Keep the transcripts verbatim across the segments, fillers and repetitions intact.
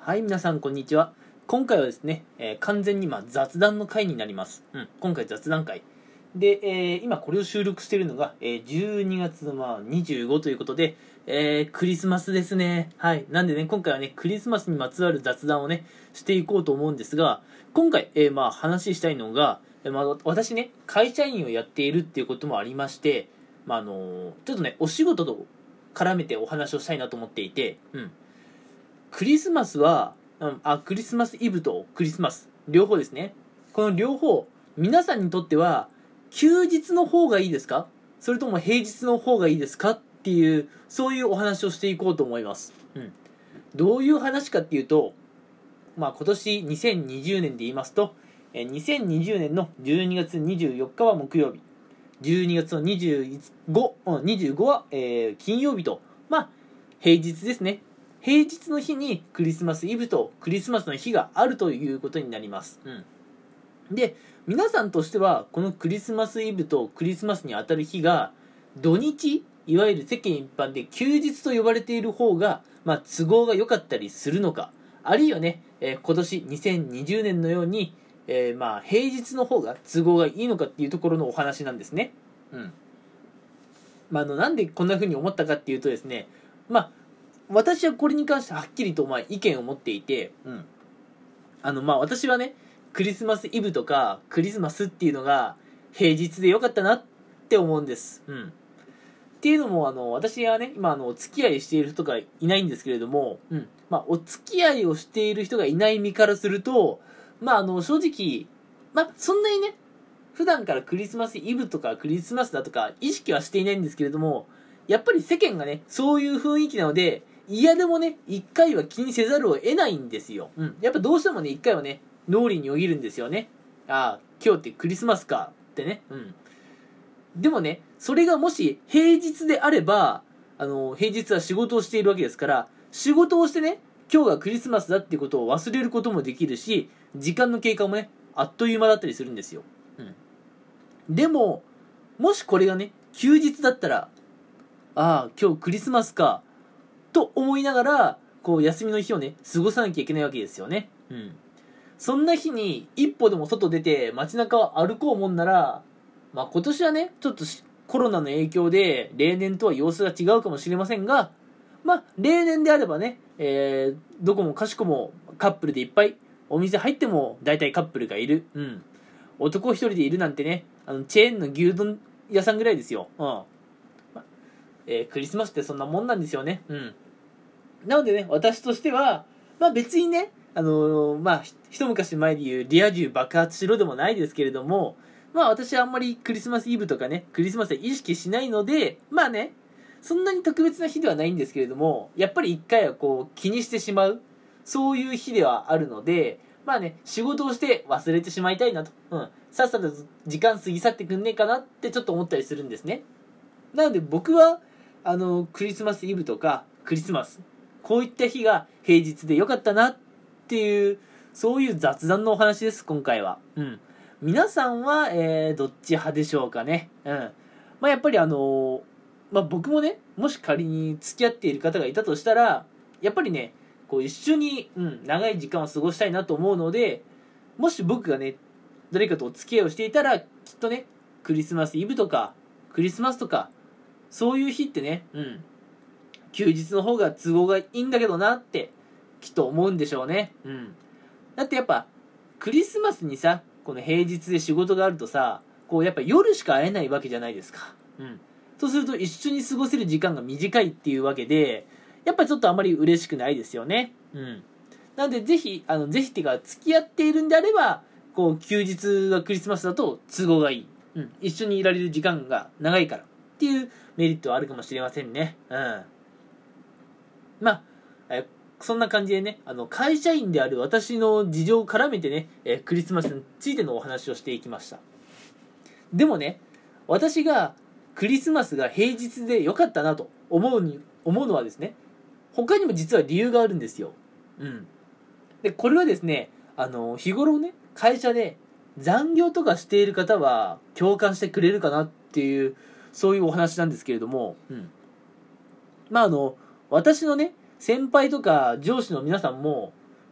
はい、皆さんこんにちは。今回はですね、えー完全にまあ雑談の回になります。うん、今回雑談会。で、えー今これを収録しているのが、えーじゅうにがつのまあにじゅうごということで、えークリスマスですね。はい。なんでね、今回はね、クリスマスにまつわる雑談をね、していこうと思うんですが、今回、えーまあ話したいのが、えーまあ私ね、会社員をやっているっていうこともありまして、まああのーちょっとね、お仕事と絡めてお話をしたいなと思っていて、うん。クリスマスは、うん、あ、クリスマスイブとクリスマス、両方ですね。この両方、皆さんにとっては、休日の方がいいですか、それとも平日の方がいいですかっていう、そういうお話をしていこうと思います。うん。どういう話かっていうと、まあ今年にせんにじゅうねんで言いますと、えーにせんにじゅうねんのじゅうにがつにじゅうよっかは木曜日、じゅうにがつのにじゅうご、うんにじゅうごは、えー金曜日と、まあ平日ですね。平日の日にクリスマスイブとクリスマスの日があるということになります。うん。で、皆さんとしては、このクリスマスイブとクリスマスにあたる日が、土日、いわゆる世間一般で休日と呼ばれている方が、まあ、都合が良かったりするのか、あるいはね、えー今年にせんにじゅうねんのように、えーまあ、平日の方が都合がいいのかっていうところのお話なんですね。うん。まあ、あの、なんでこんな風に思ったかっていうとですね、まあ、私はこれに関してはっきりとまあ意見を持っていて、うん、あのまあ私はね、クリスマスイブとかクリスマスっていうのが平日でよかったなって思うんです。うん。っていうのも、あの私はね、今あのお付き合いしている人がいないんですけれども、うん、まあお付き合いをしている人がいない身からすると、まああの正直、まあそんなにね、普段からクリスマスイブとかクリスマスだとか意識はしていないんですけれども、やっぱり世間がね、そういう雰囲気なので、嫌でもね、一回は気にせざるを得ないんですよ。うん。やっぱどうしてもね、一回はね、脳裏によぎるんですよね。ああ、今日ってクリスマスかってね。うん。でもね、それがもし平日であれば、あの、平日は仕事をしているわけですから、仕事をしてね、今日がクリスマスだっていうことを忘れることもできるし、時間の経過もね、あっという間だったりするんですよ。うん。でも、もしこれがね、休日だったら、ああ、今日クリスマスか、と思いながら、こう、休みの日をね、過ごさなきゃいけないわけですよね。うん。そんな日に、一歩でも外出て、街中を歩こうもんなら、まあ今年はね、ちょっとコロナの影響で、例年とは様子が違うかもしれませんが、まあ、例年であればね、えー、どこもかしこもカップルでいっぱい、お店入っても大体カップルがいる。うん。男一人でいるなんてね、あの、チェーンの牛丼屋さんぐらいですよ。うん。まえークリスマスってそんなもんなんですよね。うん。なのでね、私としては、まあ別にね、あのーまあ、ひ一昔前で言うリア充爆発しろでもないですけれども、まあ私はあんまりクリスマスイブとかね、クリスマスは意識しないので、まあね、そんなに特別な日ではないんですけれども、やっぱり一回はこう気にしてしまう、そういう日ではあるので、まあね、仕事をして忘れてしまいたいなと。うん。さっさと時間過ぎ去ってくんねえかなってちょっと思ったりするんですね。なので僕は、あの、クリスマスイブとかクリスマス、こういった日が平日でよかったなっていう、そういう雑談のお話です、今回は。うん。皆さんは、えー、どっち派でしょうかね。うん。まあ、やっぱりあのーまあ、僕もね、もし仮に付き合っている方がいたとしたら、やっぱりね、こう一緒に、うん、長い時間を過ごしたいなと思うので、もし僕がね、誰かとお付き合いをしていたら、きっとね、クリスマスイブとか、クリスマスとか、そういう日ってね、うん、休日の方が都合がいいんだけどなってきっと思うんでしょうね。うん。だってやっぱクリスマスにさ、この平日で仕事があるとさ、こうやっぱ夜しか会えないわけじゃないですか。うん。そうすると一緒に過ごせる時間が短いっていうわけで、やっぱちょっとあまり嬉しくないですよね。うん。なのでぜひ、あの、ぜひっていうか付き合っているんであれば、こう休日がクリスマスだと都合がいい。うん。一緒にいられる時間が長いからっていうメリットはあるかもしれませんね。うん。まあ、えそんな感じでね、あの、会社員である私の事情を絡めてね、えクリスマスについてのお話をしていきました。でもね、私がクリスマスが平日で良かったなと思うに、思うのはですね、他にも実は理由があるんですよ。うん。で、これはですね、あの、日頃ね、会社で残業とかしている方は共感してくれるかなっていう、そういうお話なんですけれども、うん。まああの、私のね、先輩とか上司の皆さんも、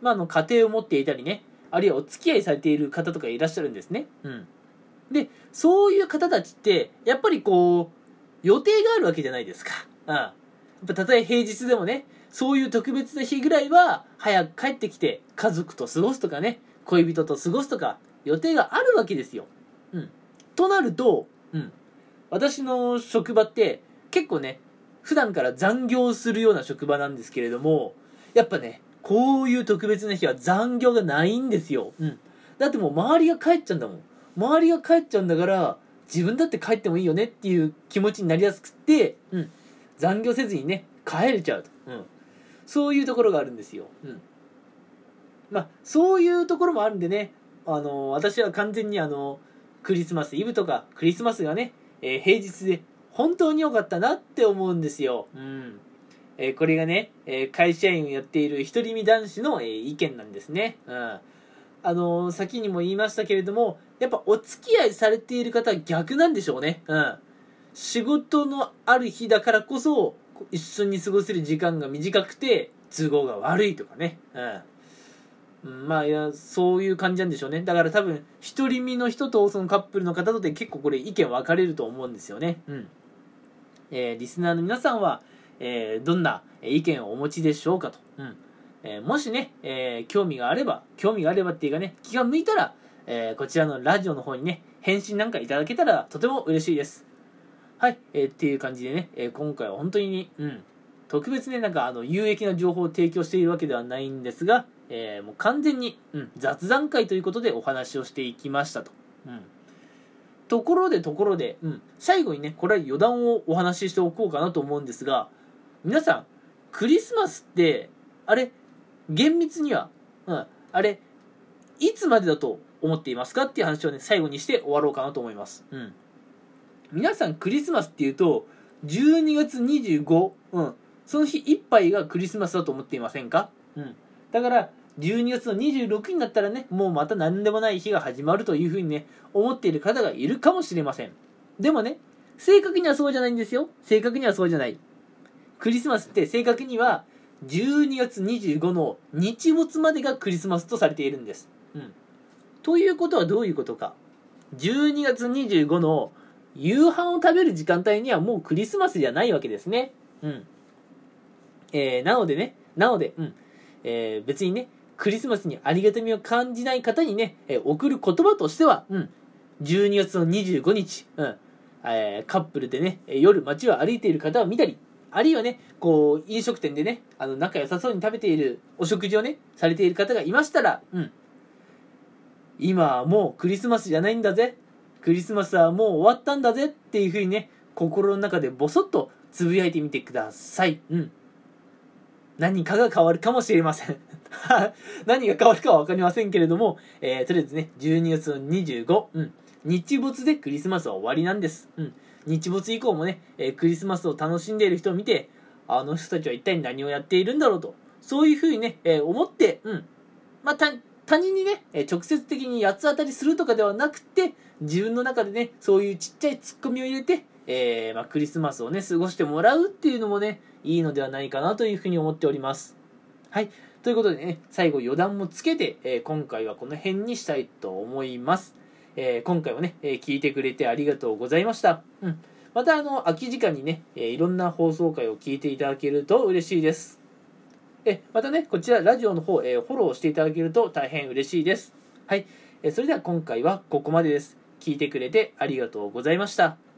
まあ、あの家庭を持っていたりね、あるいはお付き合いされている方とかいらっしゃるんですね。うん。で、そういう方たちって、やっぱりこう、予定があるわけじゃないですか。うん。やっぱたとえ平日でもね、そういう特別な日ぐらいは、早く帰ってきて、家族と過ごすとかね、恋人と過ごすとか、予定があるわけですよ。うん。となると、うん。私の職場って、結構ね、普段から残業するような職場なんですけれども、やっぱね、こういう特別な日は残業がないんですよ。うん。だってもう周りが帰っちゃうんだもん。周りが帰っちゃうんだから、自分だって帰ってもいいよねっていう気持ちになりやすくて、うん。残業せずにね、帰れちゃうと。うん。そういうところがあるんですよ。うん。まあ、そういうところもあるんでね、あの、私は完全にあの、クリスマスイブとかクリスマスがね、えー平日で本当に良かったなって思うんですよ。うん。えーこれがね、えー会社員をやっている独り身男子の、えー意見なんですね。うん。あのー先にも言いましたけれども、やっぱお付き合いされている方は逆なんでしょうね。うん。仕事のある日だからこそ、一緒に過ごせる時間が短くて、都合が悪いとかね。うん。うんまあいや、そういう感じなんでしょうね。だから多分、独り身の人とそのカップルの方とで結構これ意見分かれると思うんですよね。うん。えーリスナーの皆さんは、えーどんな意見をお持ちでしょうかと。うん。えーもしね、えー興味があれば、興味があればっていうかね、気が向いたら、えーこちらのラジオの方にね、返信なんかいただけたらとても嬉しいです。はい、えーっていう感じでね、えー今回は本当に、うん、特別ね、なんかあの有益な情報を提供しているわけではないんですが、えーもう完全に、うん、雑談会ということでお話をしていきましたと。うん、ところでところで、うん、最後にね、これは余談をお話ししておこうかなと思うんですが、皆さん、クリスマスって、あれ、厳密には、うん、あれ、いつまでだと思っていますかっていう話をね、最後にして終わろうかなと思います。うん。皆さんクリスマスっていうと、じゅうにがつにじゅうご、うん、その日いっぱいがクリスマスだと思っていませんか？うん。だから、じゅうにがつのにじゅうろくになったらね、もうまた何でもない日が始まるというふうにね、思っている方がいるかもしれません。でもね、正確にはそうじゃないんですよ。正確にはそうじゃない。クリスマスって正確には、じゅうにがつにじゅうごの日没までがクリスマスとされているんです。うん。ということはどういうことか。じゅうにがつにじゅうごの夕飯を食べる時間帯にはもうクリスマスじゃないわけですね。うん。えー、なのでね、なので、うん。えー、別にね、クリスマスにありがたみを感じない方にね、えー、送る言葉としては、うん。じゅうにがつのにじゅうごにち、うん。えー、カップルでね、夜街を歩いている方を見たり、あるいはね、こう、飲食店でね、あの、仲良さそうに食べているお食事をね、されている方がいましたら、うん。今はもうクリスマスじゃないんだぜ。クリスマスはもう終わったんだぜっていう風にね、心の中でボソッとつぶやいてみてください。うん。何かが変わるかもしれません。何が変わるかは分かりませんけれども、えー、とりあえずね、じゅうにがつのにじゅうご、うん。日没でクリスマスは終わりなんです。うん。日没以降もね、えークリスマスを楽しんでいる人を見て、あの人たちは一体何をやっているんだろうと。そういう風にね、えー思って、うん。まあ、た、他人にね、えー直接的に八つ当たりするとかではなくて、自分の中でね、そういうちっちゃいツッコミを入れて、えーまあ、クリスマスをね、過ごしてもらうっていうのもね、いいのではないかなというふうに思っております。はい。ということでね、最後余談もつけて、えー今回はこの辺にしたいと思います。えー今回はね、えー聞いてくれてありがとうございました。うん。またあの、空き時間にね、えーいろんな放送回を聞いていただけると嬉しいです。え、またね、こちらラジオの方、えーフォローしていただけると大変嬉しいです。はい。えーそれでは今回はここまでです。聞いてくれてありがとうございました。